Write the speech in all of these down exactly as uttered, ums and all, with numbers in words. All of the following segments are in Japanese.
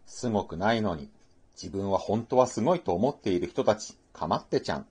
すごくないのに、自分は本当はすごいと思っている人たち、かまってちゃん。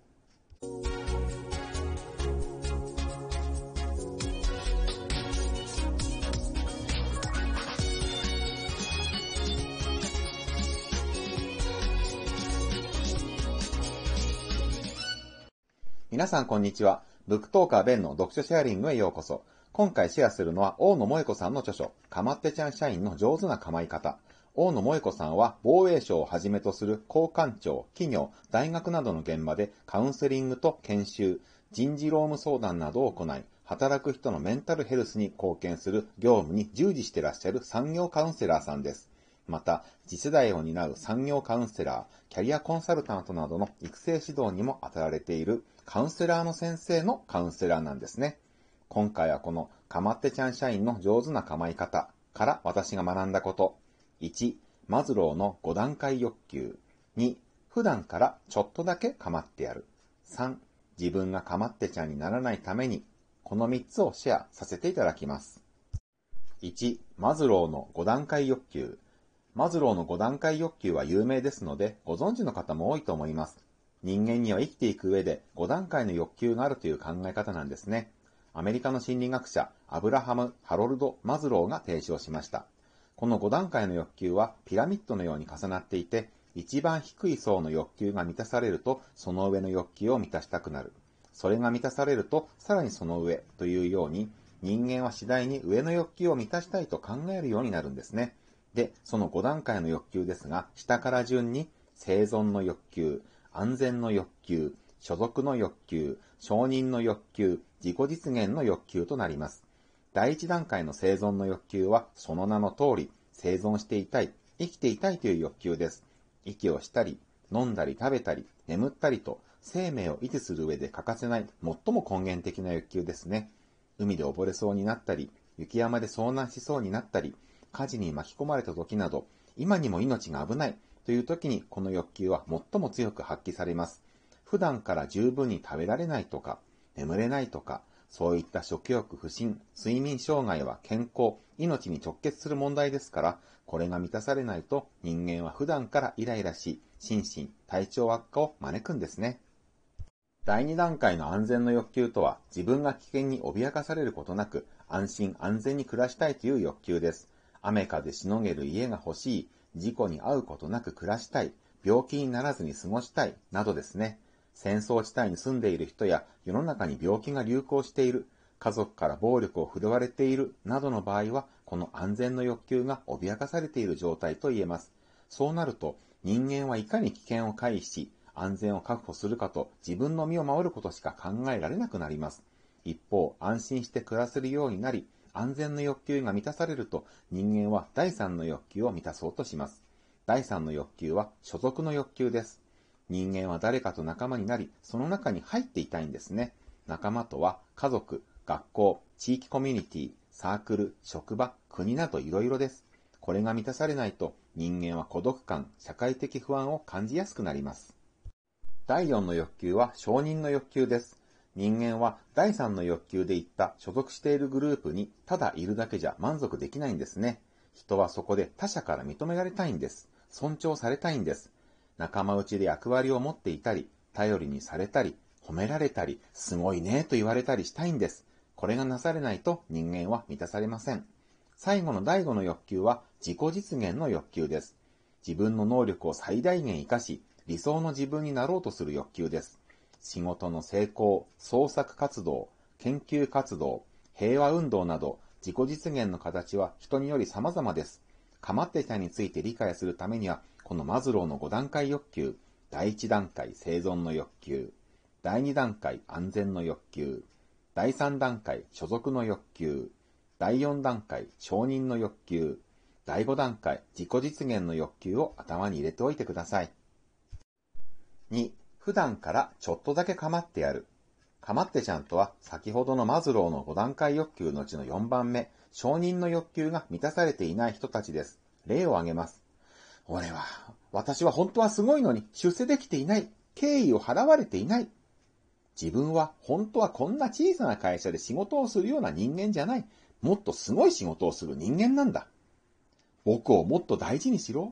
皆さんこんにちは。ブックトーカーベンの読書シェアリングへようこそ。今回シェアするのは大野萌子さんの著書、かまってちゃん社員の上手な構い方。大野萌子さんは防衛省をはじめとする公官庁、企業、大学などの現場でカウンセリングと研修、人事労務相談などを行い、働く人のメンタルヘルスに貢献する業務に従事していらっしゃる産業カウンセラーさんです。また、次世代を担う産業カウンセラー、キャリアコンサルタントなどの育成指導にも当たられているカウンセラーの先生のカウンセラーなんですね。今回はこのかまってちゃん社員の上手な構い方から私が学んだこと。いち、マズローのご段階欲求。に、普段からちょっとだけ構ってやる。さん、自分がかまってちゃんにならないために、このみっつをシェアさせていただきます。いち、マズローのご段階欲求。マズローのご段階欲求は有名ですので、ご存知の方も多いと思います。人間には生きていく上でご段階の欲求があるという考え方なんですね。アメリカの心理学者、アブラハム・ハロルド・マズローが提唱しました。このご段階の欲求はピラミッドのように重なっていて、一番低い層の欲求が満たされると、その上の欲求を満たしたくなる。それが満たされると、さらにその上というように、人間は次第に上の欲求を満たしたいと考えるようになるんですね。で、そのご段階の欲求ですが、下から順に生存の欲求、安全の欲求、所属の欲求、承認の欲求、自己実現の欲求となります。第一段階の生存の欲求は、その名の通り、生存していたい、生きていたいという欲求です。息をしたり、飲んだり食べたり、眠ったりと、生命を維持する上で欠かせない、最も根源的な欲求ですね。海で溺れそうになったり、雪山で遭難しそうになったり、火事に巻き込まれた時など、今にも命が危ないという時にこの欲求は最も強く発揮されます。普段から十分に食べられないとか、眠れないとか、そういった食欲不振、睡眠障害は健康、命に直結する問題ですから、これが満たされないと人間は普段からイライラし、心身、体調悪化を招くんですね。第二段階の安全の欲求とは、自分が危険に脅かされることなく、安心安全に暮らしたいという欲求です。雨風しのげる家が欲しい、事故に遭うことなく暮らしたい、病気にならずに過ごしたい、などですね。戦争地帯に住んでいる人や世の中に病気が流行している、家族から暴力を振るわれている、などの場合は、この安全の欲求が脅かされている状態と言えます。そうなると、人間はいかに危険を回避し、安全を確保するかと自分の身を守ることしか考えられなくなります。一方、安心して暮らせるようになり、安全の欲求が満たされると、人間は第三の欲求を満たそうとします。第三の欲求は所属の欲求です。人間は誰かと仲間になり、その中に入っていたいんですね。仲間とは家族、学校、地域コミュニティ、サークル、職場、国などいろいろです。これが満たされないと、人間は孤独感、社会的不安を感じやすくなります。第四の欲求は承認の欲求です。人間は第三の欲求で言った所属しているグループにただいるだけじゃ満足できないんですね。人はそこで他者から認められたいんです。尊重されたいんです。仲間内で役割を持っていたり、頼りにされたり、褒められたり、すごいねと言われたりしたいんです。これがなされないと人間は満たされません。最後の第五の欲求は自己実現の欲求です。自分の能力を最大限活かし、理想の自分になろうとする欲求です。仕事の成功、創作活動、研究活動、平和運動など、自己実現の形は人により様々です。かまってちゃんについて理解するためには、このマズローのご段階欲求、第一段階生存の欲求、第二段階安全の欲求、第三段階所属の欲求、第四段階承認の欲求、第五段階自己実現の欲求を頭に入れておいてください。に、普段からちょっとだけ構ってやる。かまってちゃんとは先ほどのマズローのご段階欲求のうちのよんばんめ、承認の欲求が満たされていない人たちです。例を挙げます。俺は、私は本当はすごいのに出世できていない。敬意を払われていない。自分は本当はこんな小さな会社で仕事をするような人間じゃない。もっとすごい仕事をする人間なんだ。僕をもっと大事にしろ。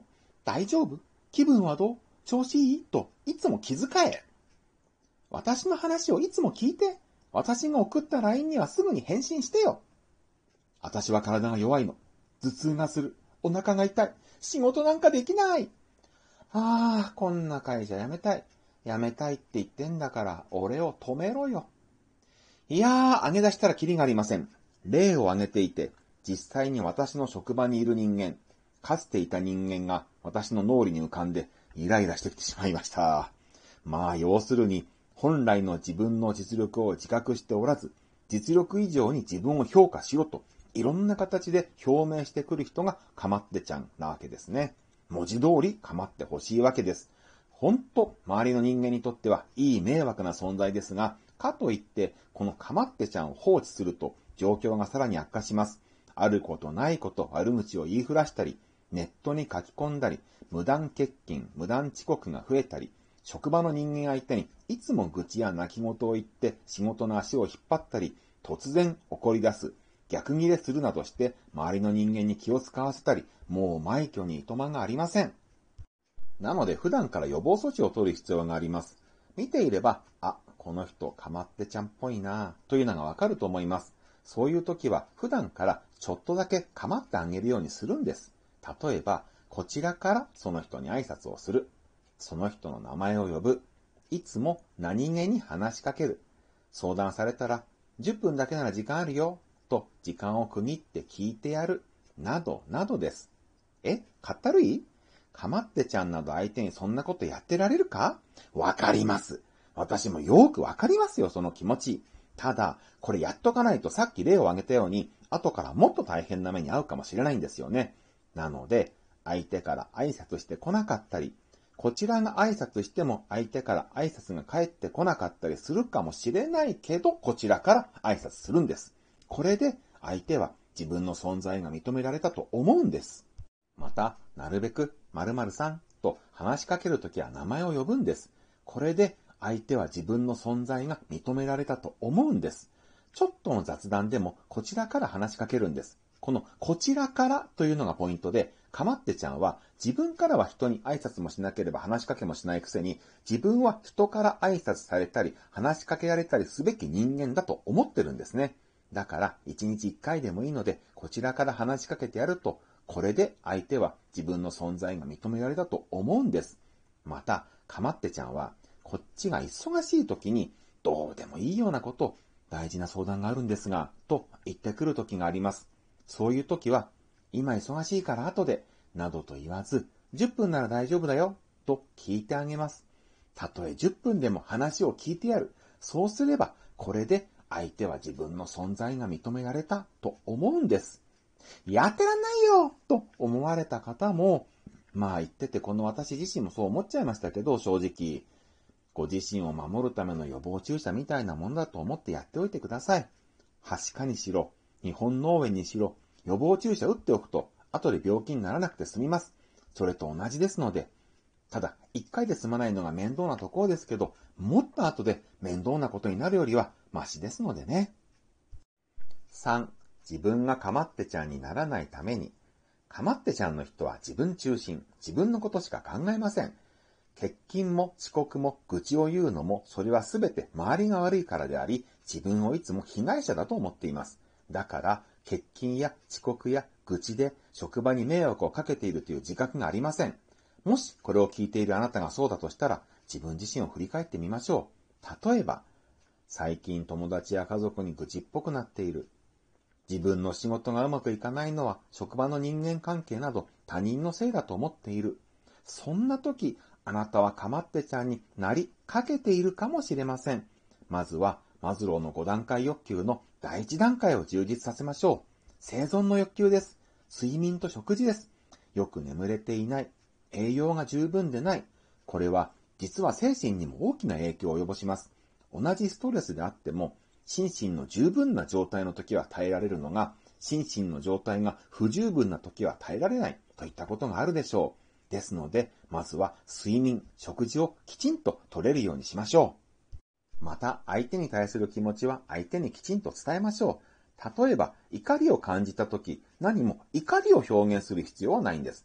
大丈夫？気分はどう？調子いい？といつも気遣え。私の話をいつも聞いて。私が送った ライン にはすぐに返信してよ。私は体が弱いの。頭痛がする。お腹が痛い。仕事なんかできない。ああ、こんな会社辞めたい。辞めたいって言ってんだから、俺を止めろよ。いやー、上げ出したらキリがありません。例を挙げていて、実際に私の職場にいる人間、かつていた人間が私の脳裏に浮かんでイライラしてきてしまいました。まあ、要するに、本来の自分の実力を自覚しておらず、実力以上に自分を評価しろと、いろんな形で表明してくる人がかまってちゃんなわけですね。文字通りかまってほしいわけです。ほんと、周りの人間にとってはいい迷惑な存在ですが、かといって、このかまってちゃんを放置すると、状況がさらに悪化します。あることないこと悪口を言いふらしたり、ネットに書き込んだり、無断欠勤、無断遅刻が増えたり、職場の人間相手にいつも愚痴や泣き言を言って仕事の足を引っ張ったり、突然怒り出す、逆ギレするなどして周りの人間に気を使わせたり、もう枚挙にいとまがありません。なので普段から予防措置を取る必要があります。見ていれば、あ、この人かまってちゃんっぽいなというのがわかると思います。そういう時は普段からちょっとだけかまってあげるようにするんです。例えば、こちらからその人に挨拶をする。その人の名前を呼ぶ。いつも何気に話しかける。相談されたら、じゅっぷんだけなら時間あるよ、と時間を区切って聞いてやる。などなどです。え、かったるい？かまってちゃんなど相手にそんなことやってられるか？わかります。私もよくわかりますよ、その気持ち。ただ、これやっとかないとさっき例を挙げたように、後からもっと大変な目に遭うかもしれないんですよね。なので、相手から挨拶してこなかったり、こちらが挨拶しても相手から挨拶が返ってこなかったりするかもしれないけど、こちらから挨拶するんです。これで相手は自分の存在が認められたと思うんです。また、なるべく〇〇さんと話しかけるときは名前を呼ぶんです。これで相手は自分の存在が認められたと思うんです。ちょっとの雑談でもこちらから話しかけるんです。このこちらからというのがポイントで、かまってちゃんは自分からは人に挨拶もしなければ話しかけもしないくせに、自分は人から挨拶されたり話しかけられたりすべき人間だと思ってるんですね。だから一日一回でもいいのでこちらから話しかけてやると、これで相手は自分の存在が認められたと思うんです。また、かまってちゃんはこっちが忙しい時にどうでもいいようなこと、大事な相談があるんですが、と言ってくる時があります。そういう時は、今忙しいから後で、などと言わず、じゅっぷんなら大丈夫だよ、と聞いてあげます。たとえじゅっぷんでも話を聞いてやる。そうすれば、これで相手は自分の存在が認められたと思うんです。やってらんないよと思われた方も、まあ言っててこの私自身もそう思っちゃいましたけど、正直。ご自身を守るための予防注射みたいなものだと思ってやっておいてください。はしかにしろ、日本脳炎にしろ、予防注射打っておくと、後で病気にならなくて済みます。それと同じですので、ただ、一回で済まないのが面倒なところですけど、もっと後で面倒なことになるよりは、マシですのでね。さん、自分がかまってちゃんにならないために、かまってちゃんの人は自分中心、自分のことしか考えません。欠勤も遅刻も愚痴を言うのも、それはすべて周りが悪いからであり、自分をいつも被害者だと思っています。だから、欠勤や遅刻や愚痴で職場に迷惑をかけているという自覚がありません。もしこれを聞いているあなたがそうだとしたら、自分自身を振り返ってみましょう。例えば、最近友達や家族に愚痴っぽくなっている。自分の仕事がうまくいかないのは職場の人間関係など他人のせいだと思っている。そんな時、あなたはかまってちゃんになりかけているかもしれません。まずはマズローのご段階欲求のだいいち段階を充実させましょう。生存の欲求です。睡眠と食事です。よく眠れていない。栄養が十分でない。これは実は精神にも大きな影響を及ぼします。同じストレスであっても、心身の十分な状態の時は耐えられるのが、心身の状態が不十分な時は耐えられないといったことがあるでしょう。ですので、まずは睡眠、食事をきちんと取れるようにしましょう。また、相手に対する気持ちは相手にきちんと伝えましょう。例えば、怒りを感じたとき、何も怒りを表現する必要はないんです。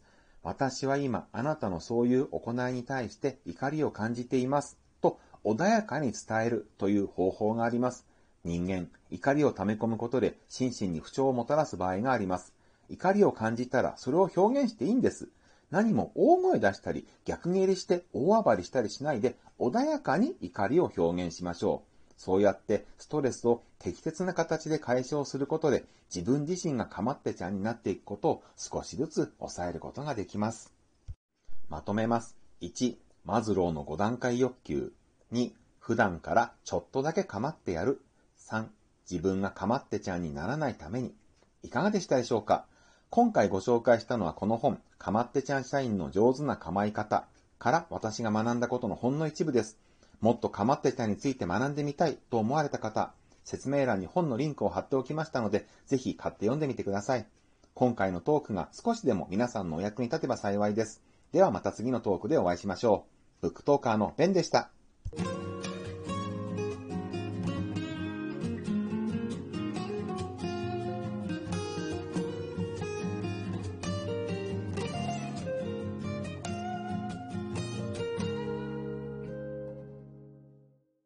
私は今あなたのそういう行いに対して怒りを感じていますと穏やかに伝えるという方法があります。人間、怒りを溜め込むことで心身に不調をもたらす場合があります。怒りを感じたらそれを表現していいんです。何も大声出したり逆ギレして大暴れしたりしないで穏やかに怒りを表現しましょう。そうやってストレスを適切な形で解消することで自分自身がかまってちゃんになっていくことを少しずつ抑えることができます。まとめます。いち、マズローのご段階欲求。に、普段からちょっとだけかまってやる。さん、自分がかまってちゃんにならないために。いかがでしたでしょうか？今回ご紹介したのはこの本、かまってちゃん社員の上手な構い方から私が学んだことのほんの一部です。もっとかまってちゃんについて学んでみたいと思われた方、説明欄に本のリンクを貼っておきましたので、ぜひ買って読んでみてください。今回のトークが少しでも皆さんのお役に立てば幸いです。ではまた次のトークでお会いしましょう。ブックトーカーのベンでした。